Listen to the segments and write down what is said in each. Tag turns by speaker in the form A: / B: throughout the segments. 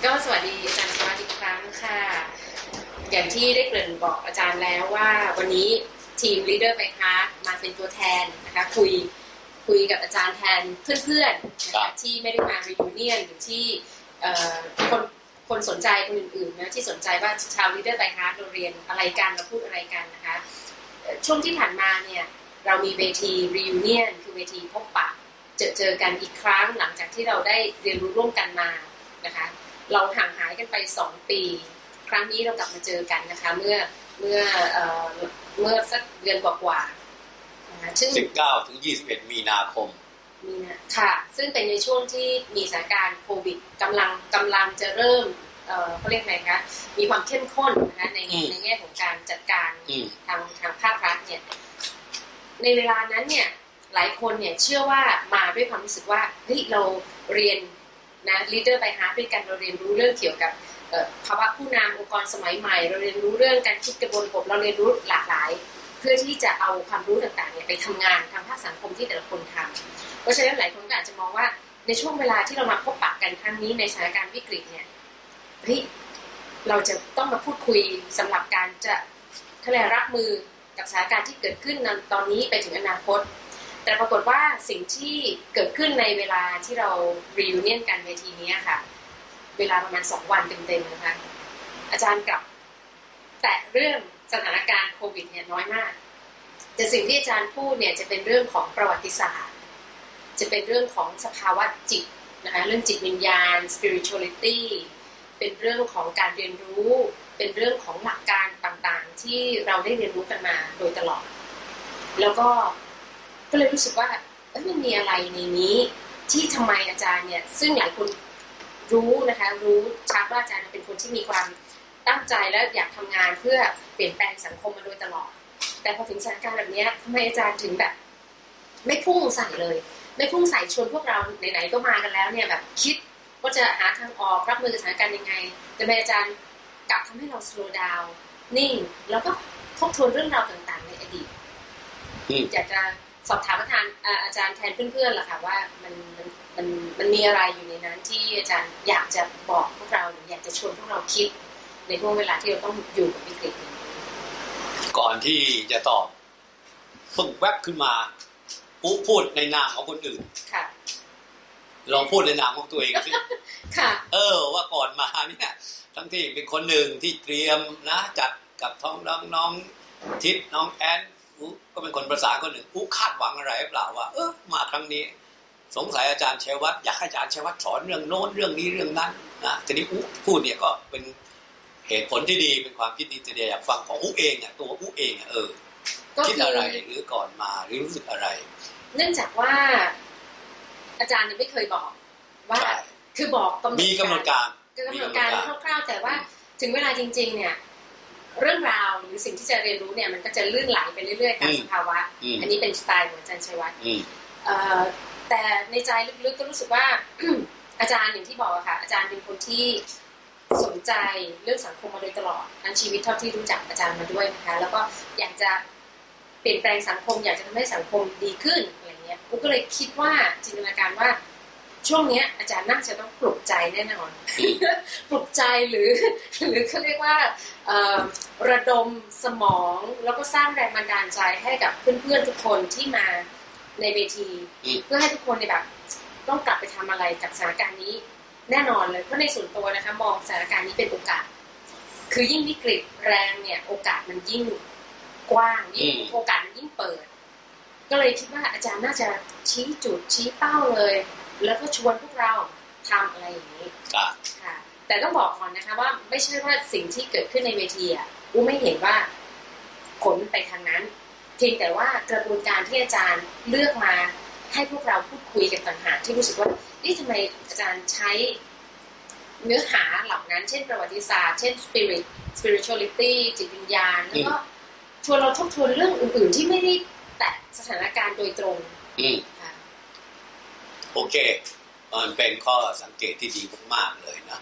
A: ก็สวัสดีอาจารย์ชัยวัฒน์อีกครั้งค่ะอย่างที่ได้เกริ่นบอกอาจารย์แล้วว่าวันนี้ทีม Leader ไปคะมาเป็นตัวแทนนะคะคุยกับอาจารย์แทนเพื่อนๆนะคะที่ไม่ได้มา reunion หรือที่คนสนใจคนอื่นๆนะที่สนใจว่าชาว Leader ไปคะเราเรียนอะไรกันเราพูดอะไรกันนะคะช่วงที่ผ่านมาเนี่ยเรามีเวที reunion คือเวทีพบปะเจอกันอีกครั้งหลังจากที่เราได้เรียนรู้ร่วมกันมานะคะเราห่างหายกันไป2 ปีครั้งนี้เรากลับมาเจอกันนะคะเมื่อสักเดือนกว่าๆนะคะซึ่ง
B: 19 ถึง 21 มีนาคม
A: ค่ะซึ่งเป็นในช่วงที่มีสถานการณ์โควิดกำลังจะเริ่มเขาเรียกไงคะมีความเข้มข้นนะคะในแง่ของการจัดการทางภาครัฐเนี่ยในเวลานั้นเนี่ยหลายคนเนี่ยเชื่อว่ามาด้วยความรู้สึกว่าเฮ้ยเราเรียนนะ Leader by Heart ด้วยกันเราเรียนรู้เรื่องเกี่ยวกับภาวะผู้นำองค์กรสมัยใหม่เราเรียนรู้เรื่องการคิดกระบวนการเราเรียนรู้หลากหลายเพื่อที่จะเอาความรู้ต่างๆเนี่ยไปทำงานทางภาคสังคมที่แต่ละคนทำเพราะฉะนั้นหลายคนก็อาจจะมองว่าในช่วงเวลาที่เรามาพบปะกันครั้งนี้ในสถานการณ์วิกฤตเนี่ยเฮ้ยเราจะต้องมาพูดคุยสำหรับการจะรับมือกับสถานการณ์ที่เกิดขึ้นตอนนี้ไปถึงอนาคตแต่ปรากฏว่าสิ่งที่เกิดขึ้นในเวลาที่เรา reunion กันเวทีนี้ค่ะเวลาประมาณ2 วันเต็มๆนะคะอาจารย์กลับแตะเรื่องสถานการณ์โควิดเนี่ยน้อยมากแต่สิ่งที่อาจารย์พูดเนี่ยจะเป็นเรื่องของประวัติศาสตร์จะเป็นเรื่องของสภาวะจิตนะคะเรื่องจิตวิญญาณ spirituality เป็นเรื่องของการเรียนรู้เป็นเรื่องของหลักการต่างๆที่เราได้เรียนรู้กันมาโดยตลอดแล้วก็เลยรู้สึกว่ามันมีอะไรในนี้ที่ทำไมอาจารย์เนี่ยซึ่งหลายคนรู้นะคะรู้ชัดว่าอาจารย์เป็นคนที่มีความตั้งใจและอยากทำงานเพื่อเปลี่ยนแปลงสังคมมาโดยตลอดแต่พอถึงสถานการณ์แบบนี้ทำไมอาจารย์ถึงแบบไม่พุ่งใส่เลยไม่พุ่งใส่ชวนพวกเราไหนๆก็มากันแล้วเนี่ยแบบคิดว่าจะหาทางออกรับมือกับสถานการณ์ยังไงแต่อาจารย์กลับทำให้เรา slow down นิ่งแล้วก็ทบทวนเรื่องราวต่างๆในอดีตอยากจะสอบถามอาจารย์แทนเพื่อนๆล่ะค่ะว่ามันมีอะไรอยู่ในนั้นที่อาจารย์อยากจะบอกพวกเราหรืออยากจะชวนพวกเราคิดในช่วงเวลาที่เราต้องอยู่กับวิกฤต
B: ก่อนที่จะตอบฝึกแวบขึ้นมาพูดในนามของคนอื่น
A: ค่ะ
B: ลองพูดในนามของตัวเองสิ
A: ค่ะ
B: ว่าก่อนมาเนี่ยทั้งที่เป็นคนหนึ่งที่เตรียมนะจัดกับท้องน้องทิพย์น้องแอนก็เป็นคนประสานคนหนึ่งคาดหวังอะไรหรือเปล่าว่ามาครั้งนี้สงสัยอาจารย์ชัยวัฒน์อยากให้อาจารย์ชัยวัฒน์สอนเรื่องโน้นเรื่องนี้เรื่องนั้นนะทีนี้พูดเนี่ยก็เป็นเหตุผลที่ดีเป็นความคิดดีทีเดียวอยากฟังของเองตัวเองคิดอะไรหรือก่อนมาหรือรู้สึกอะไร
A: เนื่องจากว่าอาจารย์ยังไม่เคยบอกว่าคือบอก
B: มีกำหนดการ
A: คร่าวๆแต่ว่าถึงเวลาจริงๆเนี่ยเรื่องราวหรือสิ่งที่จะเรียนรู้เนี่ยมันก็จะลื่นไหลไปเรื่อยๆตามสภาวะอันนี้เป็นสไตล์ของอาจารย์ชัยวัฒน์แต่ในใจลึกๆก็รู้สึกว่า อาจารย์อย่างที่บอกอะค่ะอาจารย์เป็นคนที่สนใจเรื่องสังคมมาโดยตลอดทั้งชีวิตเท่าที่รู้จักอาจารย์มาด้วยนะคะแล้วก็อยากจะเปลี่ยนแปลงสังคมอยากจะทำให้สังคมดีขึ้นอะไรเงี้ยผมก็เลยคิดว่าจินตนาการว่าช่วงนี้อาจารย์น่าจะต้องปลุกใจแน่นอน ปลุกใจหรือเขาเรียกว่าระดมสมองแล้วก็สร้างแรงบันดาลใจให้กับเพื่อนๆทุกคนที่มาในเวทีเพื่อให้ทุกคนแบบต้องกลับไปทำอะไรกับสถานการณ์นี้แน่นอนเลยเพราะในส่วนตัวนะคะมองสถานการณ์นี้เป็นโอกาสคือยิ่งวิกฤตแรงเนี่ยโอกาสมันยิ่งกว้างยิ่งโอกาสมันยิ่งเปิดก็เลยคิดว่าอาจารย์น่าจะชี้จุดชี้เป้าเลยแล้วก็ชวนพวกเราทำอะไรอย่างนี้ค่ะแต่ต้องบอกก่อนนะคะว่าไม่ใช่ว่าสิ่งที่เกิดขึ้นในเวทีไม่เห็นว่าผลไปทางนั้นเพียงแต่ว่ากระบวนการที่อาจารย์เลือกมาให้พวกเราพูดคุยกันต่างหากที่รู้สึกว่าทำไมอาจารย์ใช้เนื้อหาเหล่านั้นเช่นประวัติศาสตร์เช่น spirituality จิตวิญญาณแล้วก็ชวนเราทบทวนเรื่องอื่นๆที่ไม่ได้แตะสถานการณ์โดยตรงค่ะ
B: โอเคมันเป็นข้อสังเกตที่ดีมากๆเลยนะ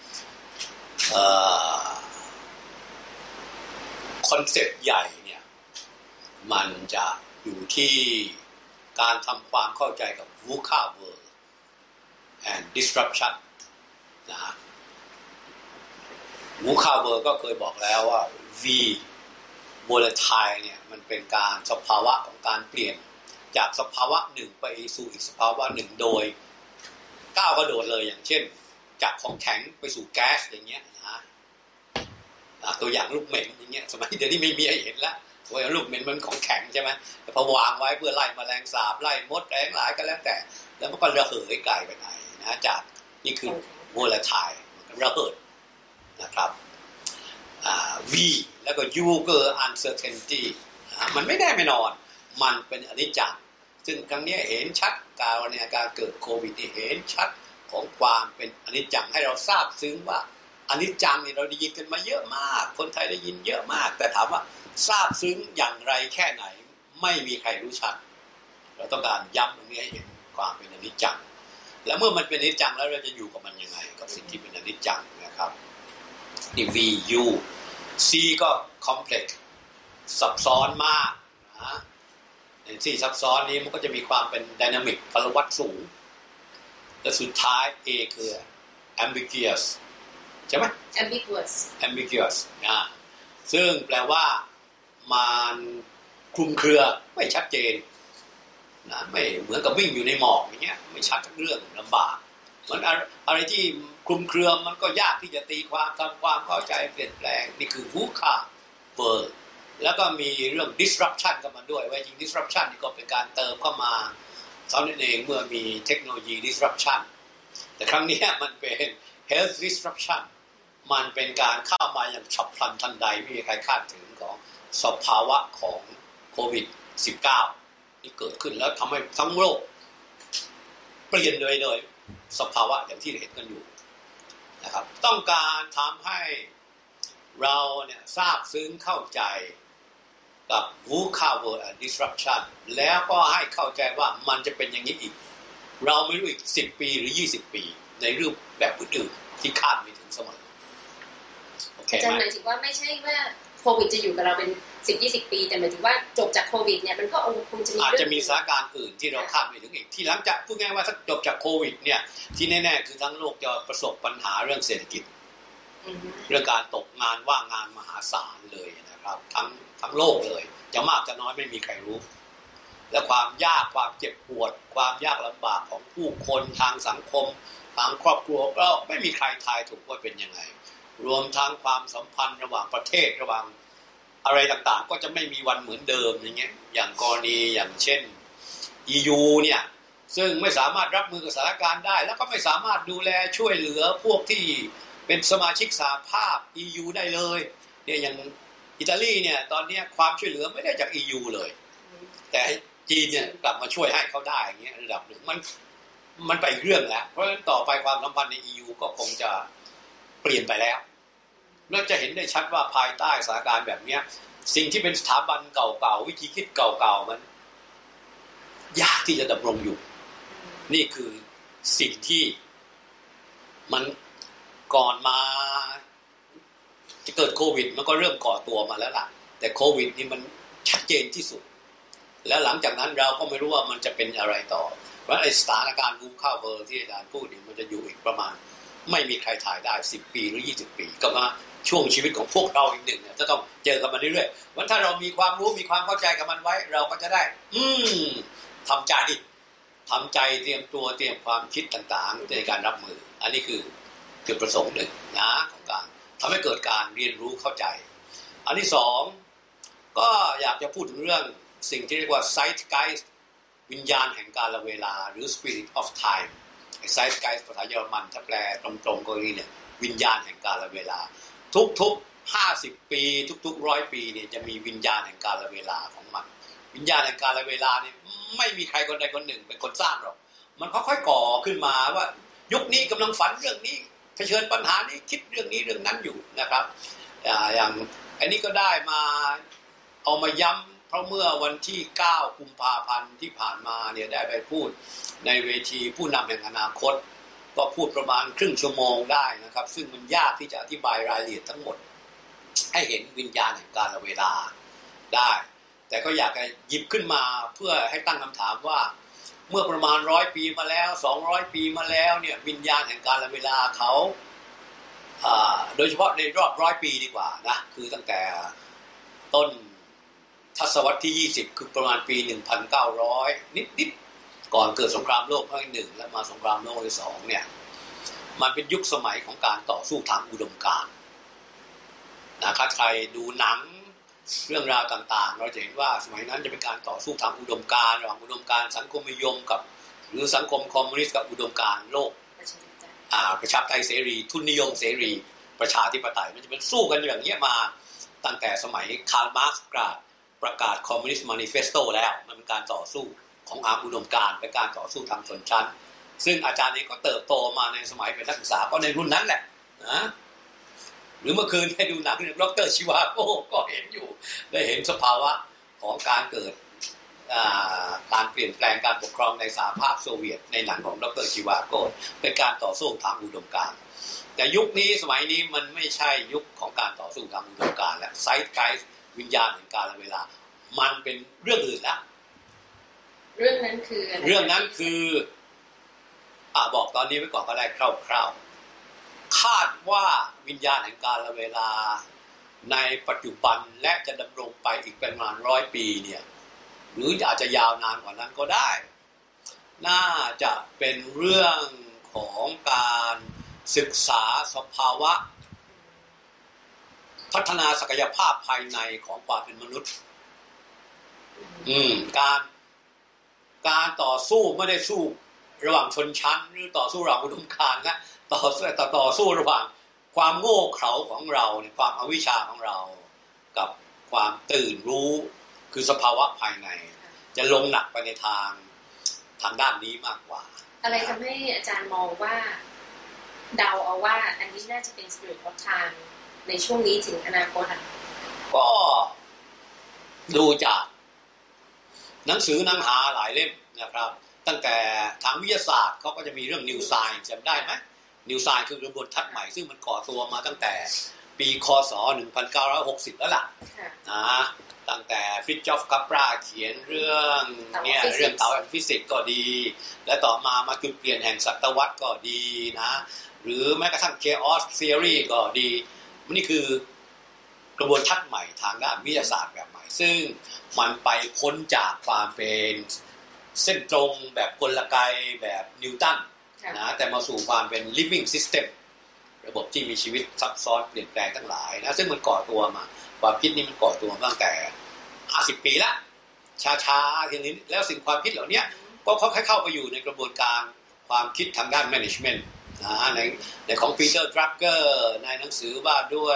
B: คอนเซ็ปต์ใหญ่เนี่ยมันจะอยู่ที่การทำความเข้าใจกับ VUCA World and Disruption นะฮะวูคาวเวอร์ก็เคยบอกแล้วว่า V volatile เนี่ยมันเป็นการสภาวะของการเปลี่ยนจากสภาวะหนึ่งไปสู่อีกสภาวะหนึ่งโดยก้าวกระโดดเลยอย่างเช่นจากของแข็งไปสู่แก๊สอย่างเงี้ยนะตัวอย่างลูกเหม็นอย่างเงี้ยสมัยเดี๋ยวนี้ไม่มีให้เห็นแล้วตัวอย่างลูกเหม็นมันของแข็งใช่ไหมแต่พอวางไว้เพื่อไล่แมลงสาบไล่มดแรงหลายก็แล้วแต่แล้วมันก็ระเหยไกลไปไหนนะจากนี่คือvolatile ระเบิดนะครับV แล้วก็ U ก็ uncertainty มันไม่แน่ไม่นอนมันเป็นอนิจจังซึ่งครั้งนี้เห็นชัดการเกิดโควิดนี่เห็นชัดของความเป็นอนิจจังให้เราทราบซึ้งว่าอนิจจังนี่เราได้ยินกันมาเยอะมากคนไทยได้ยินเยอะมากแต่ถามว่าทราบซึ้งอย่างไรแค่ไหนไม่มีใครรู้ชัดเราต้องการย้ำตรงนี้ให้เห็นความเป็นอนิจจังและเมื่อมันเป็นอนิจจังแล้วเราจะอยู่กับมันยังไงกับสิ่งที่เป็นอนิจจังนะครับนี่ V U C ก็ complex ซับซ้อนมากนะที่ซับซ้อนนี้มันก็จะมีความเป็น dynamic พลวัตสูงและสุดท้าย A คือ ambiguous ใช่ไหม ambiguous ซึ่งแปลว่ามันคลุมเครือไม่ชัดเจนนะไม่เหมือนกับวิ่งอยู่ในหมอกอย่างเงี้ยไม่ชัดเรื่องลำบากมันอะไรที่คลุมเครือมันก็ยากที่จะตีความทำความเข้าใจเปลี่ยนแปลงนี่คือวูคาเวอร์แล้วก็มีเรื่อง disruption กันมาด้วยว่าจริง disruption นี่ก็เป็นการเติมเข้ามาเท่านั้นเองเมื่อมีเทคโนโลยี disruption แต่ครั้งนี้มันเป็น health disruption มันเป็นการเข้ามาอย่างฉับพลันทันใดไม่มีใครคาดถึงของสภาวะของโควิด -19 ที่เกิดขึ้นแล้วทำให้ทั้งโลกเปลี่ยนโดยสภาวะอย่างที่เห็นกันอยู่นะครับต้องการทำให้เราเนี่ยทราบซึ้งเข้าใจกับ vocabulary and disruption แล้วก็ให้เข้าใจว่ามันจะเป็นอย่างนี้อีกเราไม่รู้อีก10 ปีหรือ20 ปีในรูปแบบอื่นๆที่คาดไม่ถึงเสมอ
A: อาจารย์หมายถึงว่าไม่ใช่ว่าโควิดจะอยู่กับเราเป็น10-20 ปีแต่หมายถึงว่าจบจากโควิดเนี่ยมันก็คงจะมี
B: อาจจะมีสถานการณ์อื่นที่เราคาดไม่ถึงอีกที่หลังจากพูดง่ายว่าถ้าจบจากโควิดเนี่ยที่แน่ๆคือทั้งโลกจะประสบปัญหาเรื่องเศรษฐกิจเรื่องการตกงานว่างงานมหาศาลเลยนะครับทั้งโลกเลยจะมากจะน้อยไม่มีใครรู้และความยากความเจ็บปวดความยากลำบากของผู้คนทางสังคมทางครอบครัวก็ไม่มีใครทายถูกว่าเป็นยังไงรวมทั้งความสัมพันธ์ระหว่างประเทศระหว่างอะไรต่างๆก็จะไม่มีวันเหมือนเดิมอย่างเงี้ยอย่างกรณีอย่างเช่น EU เนี่ยซึ่งไม่สามารถรับมือกับสถานการณ์ได้แล้วก็ไม่สามารถดูแลช่วยเหลือพวกที่เป็นสมาชิกสหภาพ EU ได้เลยเนี่ยอย่างอิตาลีเนี่ยตอนนี้ความช่วยเหลือไม่ได้จาก EU เลยแต่จีนเนี่ยกลับมาช่วยให้เขาได้อย่างเงี้ยระดับหนึ่งมันไปอีกเรื่องแล้วเพราะฉะนั้นต่อไปความสัมพันธ์ใน EU ก็คงจะเปลี่ยนไปแล้วเราจะเห็นได้ชัดว่าภายใต้สถานการณ์แบบนี้สิ่งที่เป็นสถาบันเก่าๆวิธีคิดเก่าๆมันยากที่จะดำรงอยู่นี่คือสิ่งที่มันก่อนมาจะเกิดโควิดมันก็เริ่มก่อตัวมาแล้วล่ะแต่โควิดนี่มันชัดเจนที่สุดแล้วหลังจากนั้นเราก็ไม่รู้ว่ามันจะเป็นอะไรต่อเพราะไอ้สถานการณ์วูคาเวอร์ที่อาจารย์พูดนี่มันจะอยู่อีกประมาณไม่มีใครถ่ายได้10 ปีหรือ20 ปีก็มาช่วงชีวิตของพวกเราอีกหนึ่งเนี่ยจะต้องเจอกับมันเรื่อยๆวันถ้าเรามีความรู้มีความเข้าใจกับมันไว้เราก็จะได้ทำใจเตรียมตัวเตรียมความคิดต่างๆในการรับมืออันนี้คือจุดประสงค์หนึ่งนะของการทำให้เกิดการเรียนรู้เข้าใจอันที่สองก็อยากจะพูดถึงเรื่องสิ่งที่เรียกว่า Zeitgeist วิญญาณแห่งกาลเวลาหรือ Spirit of Time Zeitgeist ภาษาเยอรมันถ้าแปลตรงๆก็นี่เนี่ยวิญญาณแห่งกาลเวลาทุก50 ปีทุก100 ปีเนี่ยจะมีวิญญาณแห่งกาลเวลาของมันวิญญาณแห่งกาลเวลาเนี่ยไม่มีใครคนใดคนหนึ่งเป็นคนสร้างหรอกมันค่อยๆก่อขึ้นมาว่ายุคนี้กำลังฝันเรื่องนี้เผชิญปัญหานี้คิดเรื่องนี้เรื่องนั้นอยู่นะครับอย่างอันนี้ก็ได้มาเอามาย้ำเพราะเมื่อวันที่9 กุมภาพันธ์ที่ผ่านมาเนี่ยได้ไปพูดในเวทีผู้นำแห่งอนาคตก็พูดประมาณครึ่งชั่วโมงได้นะครับซึ่งมันยากที่จะอธิบายรายละเอียดทั้งหมดให้เห็นวิญญาณแห่งกาลเวลาได้แต่ก็อยากจะหยิบขึ้นมาเพื่อให้ตั้งคำถามว่าเมื่อประมาณ100 ปีมาแล้ว200 ปีมาแล้วเนี่ยวิญญาณแห่งกาลเวลาเขาโดยเฉพาะในรอบ100 ปีดีกว่านะคือตั้งแต่ต้นทศวรรษที่20คือประมาณปี1900นิดๆก่อนเกิดสงครามโลกครั้งที่1และมาสงครามโลกที่2เนี่ยมันเป็นยุคสมัยของการต่อสู้ทางอุดมการณ์นะครับใครดูหนังเรื่องราวต่างๆเราจะเห็นว่าสมัยนั้นจะเป็นการต่อสู้ทางอุดมการณ์ระหว่างอุดมการณ์สังคมนิยมกับหรือสังคมคอมมิวนิสต์กับอุดมการณ์โลกประชาธิปไตยเสรีทุนนิยมเสรีประชาธิปไตยมันจะเป็นสู้กันอย่างนี้มาตั้งแต่สมัยคาร์ลมาร์กซ์ประกาศคอมมิวนิสต์มานิเฟสโตแล้วมันเป็นการต่อสู้ของอุดมการณ์เป็นการต่อสู้ทางชนชั้นซึ่งอาจารย์เองก็เติบโตมาในสมัยเป็นนักศึกษาก็ในรุ่นนั้นแหละนะหรือเมื่อคืนได้ดูหนังเรื่องดร.ชิวาโก้ก็เห็นอยู่ได้เห็นสภาวะของการเกิดการเปลี่ยนแปลงการปกครองในสหภาพโซเวียตในหนังของดร.ชิวาโก้เป็นการต่อสู้ทางอุดมการณ์แต่ยุคนี้สมัยนี้มันไม่ใช่ยุคของการต่อสู้ทางอุดมการณ์และไซต์ไกด์วิญญาณแห่งกาลเวลามันเป็นเรื่องอื่นแล้ว
A: เรื่องนั้นคืออะไร
B: เรื่องนั้นคือบอกตอนนี้ไว้ก่อนก็ได้คร่าวๆคาดว่าวิญญาณแห่งกาลเวลาในปัจจุบันและจะดำรงไปอีกประมาณ100 ปีเนี่ยหรืออาจจะยาวนานกว่านั้นก็ได้น่าจะเป็นเรื่องของการศึกษาสภาวะพัฒนาศักยภาพภายในของความเป็นมนุษย์การต่อสู้ไม่ได้สู้ระหว่างชนชั้นหรือต่อสู้ระหว่างอุดมการณ์นะต่อสู้ระหว่างความโง่เขลาของเราในความอวิชชาของเรากับความตื่นรู้คือสภาวะภายในจะลงหนักไปในทางด้านนี้มากกว่า
A: อะไรทำให้อาจารย์มองว่าเดาเอาว่าอันนี้น่าจะเป็น Spirit of Time ในช่วงนี้ถึงอนาคต
B: ก็ดูจากหนังสือหนังหาหลายเล่มนะครับตั้งแต่ทางวิทยาศาสตร์เขาก็จะมีเรื่อง New Science จำได้ไหม New Science คือกระบวนทัศน์ใหม่ซึ่งมันก่อตัวมาตั้งแต่ปีคศ1960แล้วล่ะนะตั้งแต่ฟริตจอฟ คัปราเขียนเรื่องเต๋าแห่งฟิสิกส์ก็ดีและต่อมาจุดเปลี่ยนแห่งศตวรรษก็ดีนะหรือแม้กระทั่ง Chaos Theory ก็ดีนี่คือกระบวนทัศน์ใหม่ทางด้านวิทยาศาสตร์แบบใหม่ซึ่งมันไปพ้นจากความเป็นเส้นตรงแบบกลไกแบบนิวตันนะแต่มาสู่ความเป็น living system ระบบที่มีชีวิตซับซ้อนเปลี่ยนแปลงทั้งหลายนะซึ่งมันก่อตัวมาความคิดนี้มันก่อตัวมาตั้งแต่50 ปีละช้าๆทีนี้แล้วสิ่งความคิดเหล่านี้ก็เขาเข้าไปอยู่ในกระบวนการความคิดทางด้าน management นะในของ Peter Drucker ในหนังสือว่าด้วย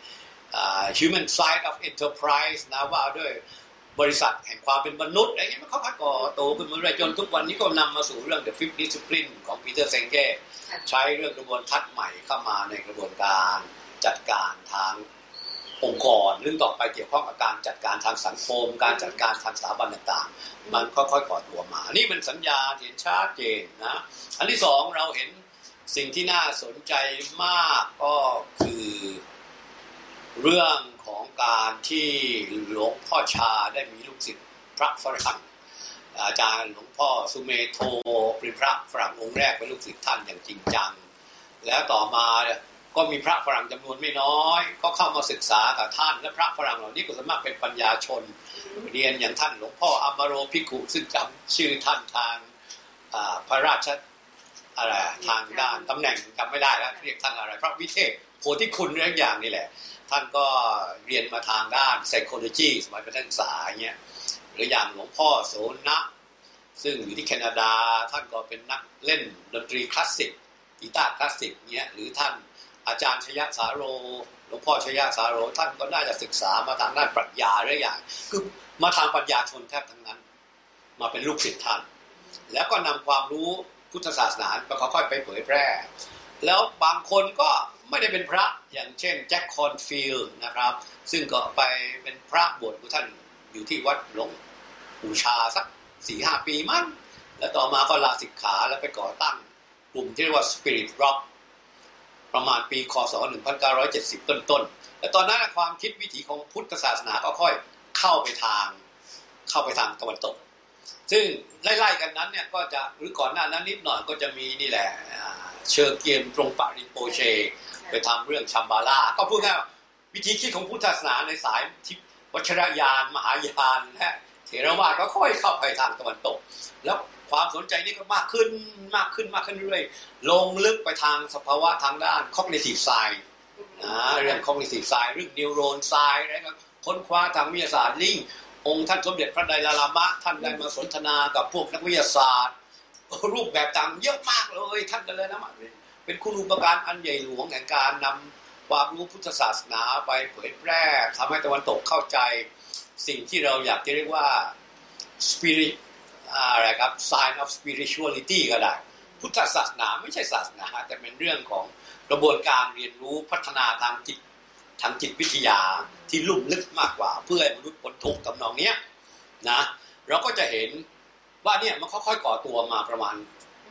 B: Human Side of Enterprise นะว่าด้วยบริษัทแห่งความเป็นมนุษย์อะไรเงี้ยมันค่อยๆก่อโตขึ้นมาเรื่อยจนทุกวันนี้ก็นำมาสู่เรื่อง The Fifth Discipline ของ Peter Senge ใช้เรื่องกระบวนทัศน์ใหม่เข้ามาในกระบวนการจัดการทางองค์กรเรื่องต่อไปเกี่ยวข้องกับการจัดการทางสังคมการจัดการทางสถาบันต่างๆมันค่อยๆก่อตัวมานี่เป็นสัญญาเห็นชัดเจนนะอันที่สองเราเห็นสิ่งที่น่าสนใจมากก็คือเรื่องของการที่หลวงพ่อชาได้มีลูกศิษย์พระฝรั่งอาจารย์หลวงพ่อสุเมโธเป็นพระฝรั่งองค์แรกเป็นลูกศิษย์ท่านอย่างจริงจังแล้วต่อมาก็มีพระฝรั่งจำนวนไม่น้อยก็เข้ามาศึกษากับท่านและพระฝรั่งเหล่านี้ก็สามารถเป็นปัญญาชนเรียนอย่างท่านหลวงพ่ออมโรภิกขุซึ่งจำชื่อท่านทางพระราชอะไรทางด้านตำแหน่งจำไม่ได้แล้วเรียกท่านอะไรพระวิเทศโพธิคุณเรื่องอย่างนี่แหละท่านก็เรียนมาทางด้าน psychology สมัยเป็นนักศึกษาเงี้ยหรืออย่างหลวงพ่อโสนะซึ่งอยู่ที่แคนาดาท่านก็เป็นนักเล่นดนตรีคลาสสิกกีตาร์คลาสสิกเงี้ยหรือท่านอาจารย์ชยสาโรหลวงพ่อชยสาโรท่านก็น่าจะศึกษามาทางด้านปรัชญาหรืออย่างคือมาทางปัญญาชนแทบทั้งนั้นมาเป็นลูกศิษย์ท่านแล้วก็นำความรู้พุทธศาสนาไปค่อยๆไปเผยแพร่แล้วบางคนก็ไม่ได้เป็นพระอย่างเช่นแจ็คคอนฟิลด์นะครับซึ่งก็ไปเป็นพระบวชของท่านอยู่ที่วัดหลวงปู่ชาสัก 4-5 ปีมั้งแล้วต่อมาก็ลาสิกขาแล้วไปก่อตั้งกลุ่มที่เรียกว่า Spirit Rock ประมาณปีคศ1970ต้นๆและตอนนั้นความคิดวิถีของพุทธศาสนาก็ค่อยเข้าไปทางตะวันตกซึ่งไล่ๆกันนั้นเนี่ยก็จะหรือก่อนหน้านั้นนิดหน่อยก็จะมีนี่แหละเชอร์เกียมตรงปารินโปเชไปทำเรื่องชัมบาลาก็พูดง่ายๆวิธีคิดของพุทธศาสนาในสายทิพวัชรยานมหายานและเถรวาทก็ค่อยเข้าไปทางตะวันตกแล้วความสนใจนี่ก็มากขึ้นเรื่อยๆลงลึกไปทางสภาวะทางด้าน cognitive science เรื่อง cognitive science เรื่อง neuron science อะไรก็ค้นคว้าทางวิทยาศาสตร์ลิงองค์ท่านสมเด็จพระไดลาลามะท่านได้มาสนทนากับพวกนักวิทยาศาสตร์รูปแบบต่างเยอะมากเลยท่านกันเลยนะเป็นคุณูปการอันใหญ่หลวงแห่งการนำความรู้พุทธศาสนาไปเผยแพร่ทำให้ตะวันตกเข้าใจสิ่งที่เราอยากจะเรียกว่า spirit อะไรครับ sign of spirituality ก็ได้พุทธศาสนาไม่ใช่ศาสนาแต่เป็นเรื่องของกระบวนการเรียนรู้พัฒนาทางจิตวิทยาที่ลุ่มลึกมากกว่าเพื่อให้มนุษย์พ้นทุกข์ทำนองนี้นะเราก็จะเห็นว่าเนี่ยมันค่อยๆก่อตัวมาประมาณ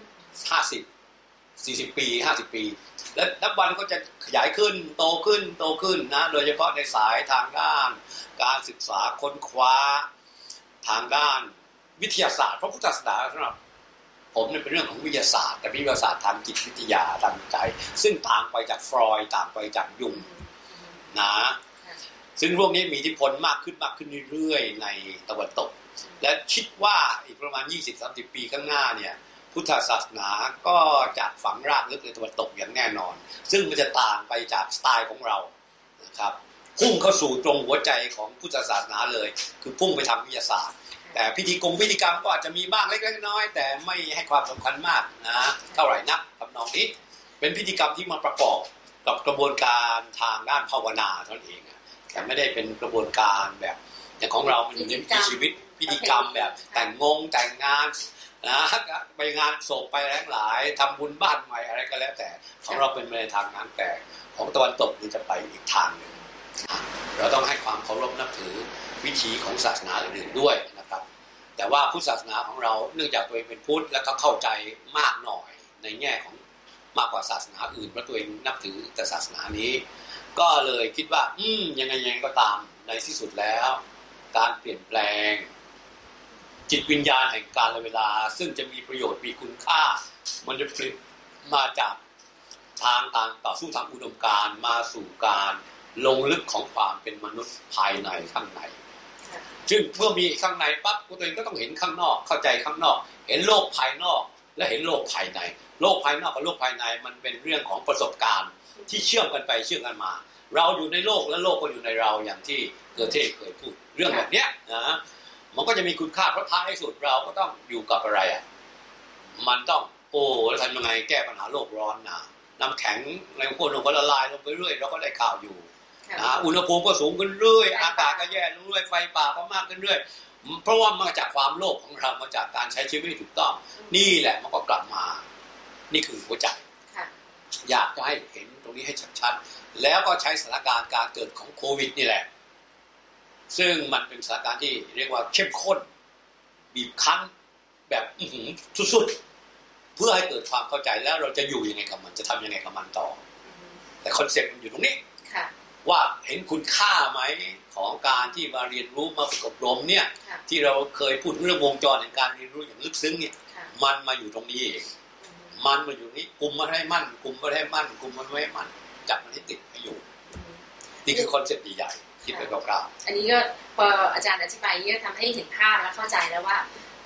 B: 40 ปี 50 ปีและนับวันก็จะขยายขึ้นโตขึ้นนะโดยเฉพาะในสายทางด้านการศึกษาค้นคว้าทางด้านวิทยาศาสตร์เพราะพุทธศาสนาสำหรับผมเนี่ยเป็นเรื่องของวิทยาศาสตร์แต่วิทยาศาสตร์ทางจิตวิทยาทางใจซึ่งต่างไปจากฟรอยด์ต่างไปจากยุงนะซึ่งพวกนี้มีอิทธิพลมากขึ้นเรื่อยๆในตะวันตกและคิดว่าอีกประมาณ 20-30 ปีข้างหน้าเนี่ยพุทธศาสนาก็จะฝังรากลึกในตะวันตกอย่างแน่นอนซึ่งมันจะต่างไปจากสไตล์ของเรานะครับพุ่งเข้าสู่ตรงหัวใจของพุทธศาสนาเลยคือพุ่งไปทางวิทยาศาสตร์แต่พิธีกรรมก็อาจจะมีบ้างเล็กๆน้อยๆแต่ไม่ให้ความสำคัญมากนะเท่าไหร่นักทำนองนี้เป็นพิธีกรรมที่มาประกอบกับกระบวนการทางด้านภาวนาเท่านั้นเองแต่ไม่ได้เป็นกระบวนการแบบอย่างของเรามันอยู่ในชีวิตพิธีกรรมแบบแต่งงานนะไปงานศพไปหลายทำบุญบ้านใหม่อะไรก็แล้วแต่ของเราเป็นในทางนั้นแต่ของตะวันตกนี่จะไปอีกทางหนึ่งเราต้องให้ความเคารพนับถือวิถีของศาสนาอื่นๆด้วยนะครับแต่ว่าพุทธศาสนาของเราเนื่องจากตัวเองเป็นพุทธแล้วก็เข้าใจมากหน่อยในแง่ของมากกว่าศาสนาอื่นเพราะตัวเองนับถือแต่ศาสนานี้ก็เลยคิดว่ายังไงก็ตามในที่สุดแล้วการเปลี่ยนแปลงจิตวิญญาณแห่งกาลเวลาซึ่งจะมีประโยชน์มีคุณค่ามันจะผลิตมาจากทางการต่อสู้ทางอุดมการณ์มาสู่การลงลึกของความเป็นมนุษย์ภายในข้างในซึ่งเมื่อมีข้างในปั๊บตัวเองก็ต้องเห็นข้างนอกเข้าใจข้างนอกเห็นโลกภายนอกและเห็นโลกภายในโลกภายนอกกับโลกภายในมันเป็นเรื่องของประสบการณ์ที่เชื่อมกันไปเชื่อมกันมาเราอยู่ในโลกและโลกก็อยู่ในเราอย่างที่เกอเท่เคยพูดเรื่องแบบเนี้ยนะมันก็จะมีคุณค่าเพราะท้ายสุดเราก็ต้องอยู่กับอะไรมันต้องแล้วทำยังไงแก้ปัญหาโลกร้อนน้ำแข็งในขั้วโลกก็ละลายลงไปเรื่อยเราก็ได้ข่าวอยู่อุณหภูมิก็สูงขึ้นเรื่อยอากาศก็แย่ลงเรื่อยไฟป่าก็มากขึ้นเรื่อยเพราะว่ามาจากความโลภของเรามาจากการใช้ชีวิตถูกต้องนี่แหละมันก็กลับมานี่คือหัวใจอยากจะให้เห็นตรงนี้ให้ชัดๆแล้วก็ใช้สถานการณ์การเกิดของโควิดนี่แหละซึ่งมันเป็นสถานการณ์ที่เรียกว่าเข้มข้นบีบคั้นแบบสุดๆเพื่อให้เกิดความเข้าใจแล้วเราจะอยู่ยังไงกับมันจะทำยังไงกับมันต่อแต่คอนเซ็ปต์มันอยู่ตรงนี้ว่าเห็นคุณค่าไหมของการที่มาเรียนรู้มาฝึกอบรมเนี่ยที่เราเคยพูดเรื่องวงจรแห่งการเรียนรู้อย่างลึกซึ้งเนี่ยมันมาอยู่ตรงนี้เองมันมาอยู่นี้กุมมาให้มั่นกุมมาให้มั่นกุมมาไม่ให้มั่นจับมันให้ติดให้อยู่นี่คือคอนเซ็ปต์ใหญ่ๆที่เป็นกล่าว
A: อันนี้ก็พออาจารย์อธิบายก็ทำให้เห็นภาพและเข้าใจแล้วว่า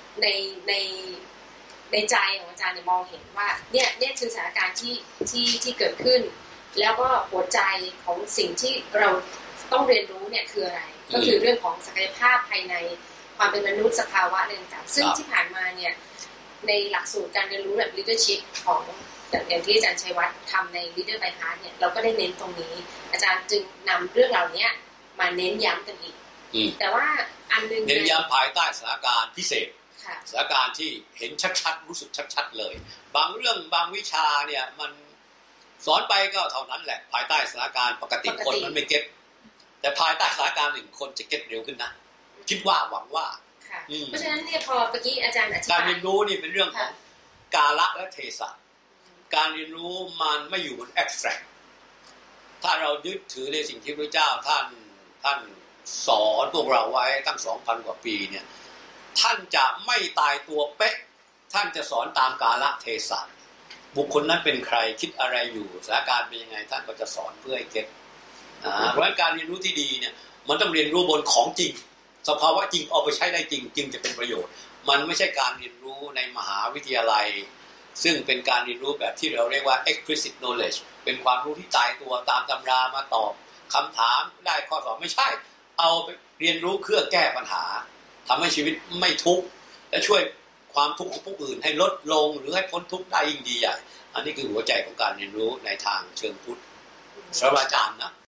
A: ในใจของอาจารย์เนี่ยมองเห็นว่าเนี่ยคือสถานการณ์ที่เกิดขึ้นแล้วก็หัวใจของสิ่งที่เราต้องเรียนรู้เนี่ยคืออะไรก็คือเรื่องของศักยภาพภายในความเป็นมนุษย์สภาวะอะไรต่างๆซึ่งที่ผ่านมาเนี่ยในหลักสูตรการเรียนรู้แบบ leadership ของอย่างที่อาจารย์ชัยวัฒน์ทำใน Leader by Heart เนี่ยเราก็ได้เน้นตรงนี้อาจารย์จึงนำเรื่องเหล่านี้มาเน้นย้ำกันอีกแต่ว่าอันนึง
B: เน้นย้ำภายใต้สถานการณ์พิเศษสถานการณ์ที่เห็นชัดๆรู้สึกชัดๆเลยบางเรื่องบางวิชาเนี่ยมันสอนไปก็เท่านั้นแหละภายใต้สถานการณ์ปกติคนมันไม่เก็ตแต่ภายใต้สถานการณ์หนึ่งคนจะเก็ตเร็วขึ้นนะคิดว่าหวังว่า
A: เพราะฉะนั้นเนี่ยพอเมื่อกี้อาจารย์อธิบาย
B: การเรียนรู้นี่เป็นเรื่องของกาละและเทศะการเรียนรู้มันไม่อยู่บนแอบสแตรกถ้าเรายึดถือในสิ่งที่พระเจ้าท่านสอนพวกเราไว้ตั้ง 2,000 กว่าปีเนี่ยท่านจะไม่ตายตัวเป๊ะท่านจะสอนตามกาละเทศะบุคคลนั้นเป็นใครคิดอะไรอยู่สถานการณ์เป็นยังไงท่านก็จะสอนเพื่อให้เก็ตเพราะการเรียนรู้ที่ดีเนี่ยมันต้องเรียนรู้บนของจริงสภาวะจริงเอาไปใช้ได้จริงจึงจะเป็นประโยชน์มันไม่ใช่การเรียนรู้ในมหาวิทยาลัยซึ่งเป็นการเรียนรู้แบบที่เราเรียกว่า explicit knowledge เป็นความรู้ที่ตายตัวตามตำรามาตอบคำถามได้ข้อสอบไม่ใช่เอาไปเรียนรู้เพื่อแก้ปัญหาทำให้ชีวิตไม่ทุกข์และช่วยความทุกข์ของผู้อื่นให้ลดลงหรือให้พ้นทุกข์ได้ยิ่งดีใหญ่อันนี้คือหัวใจของการเรียนรู้ในทางเชิงพุทธสำหรับอาจารย์นะ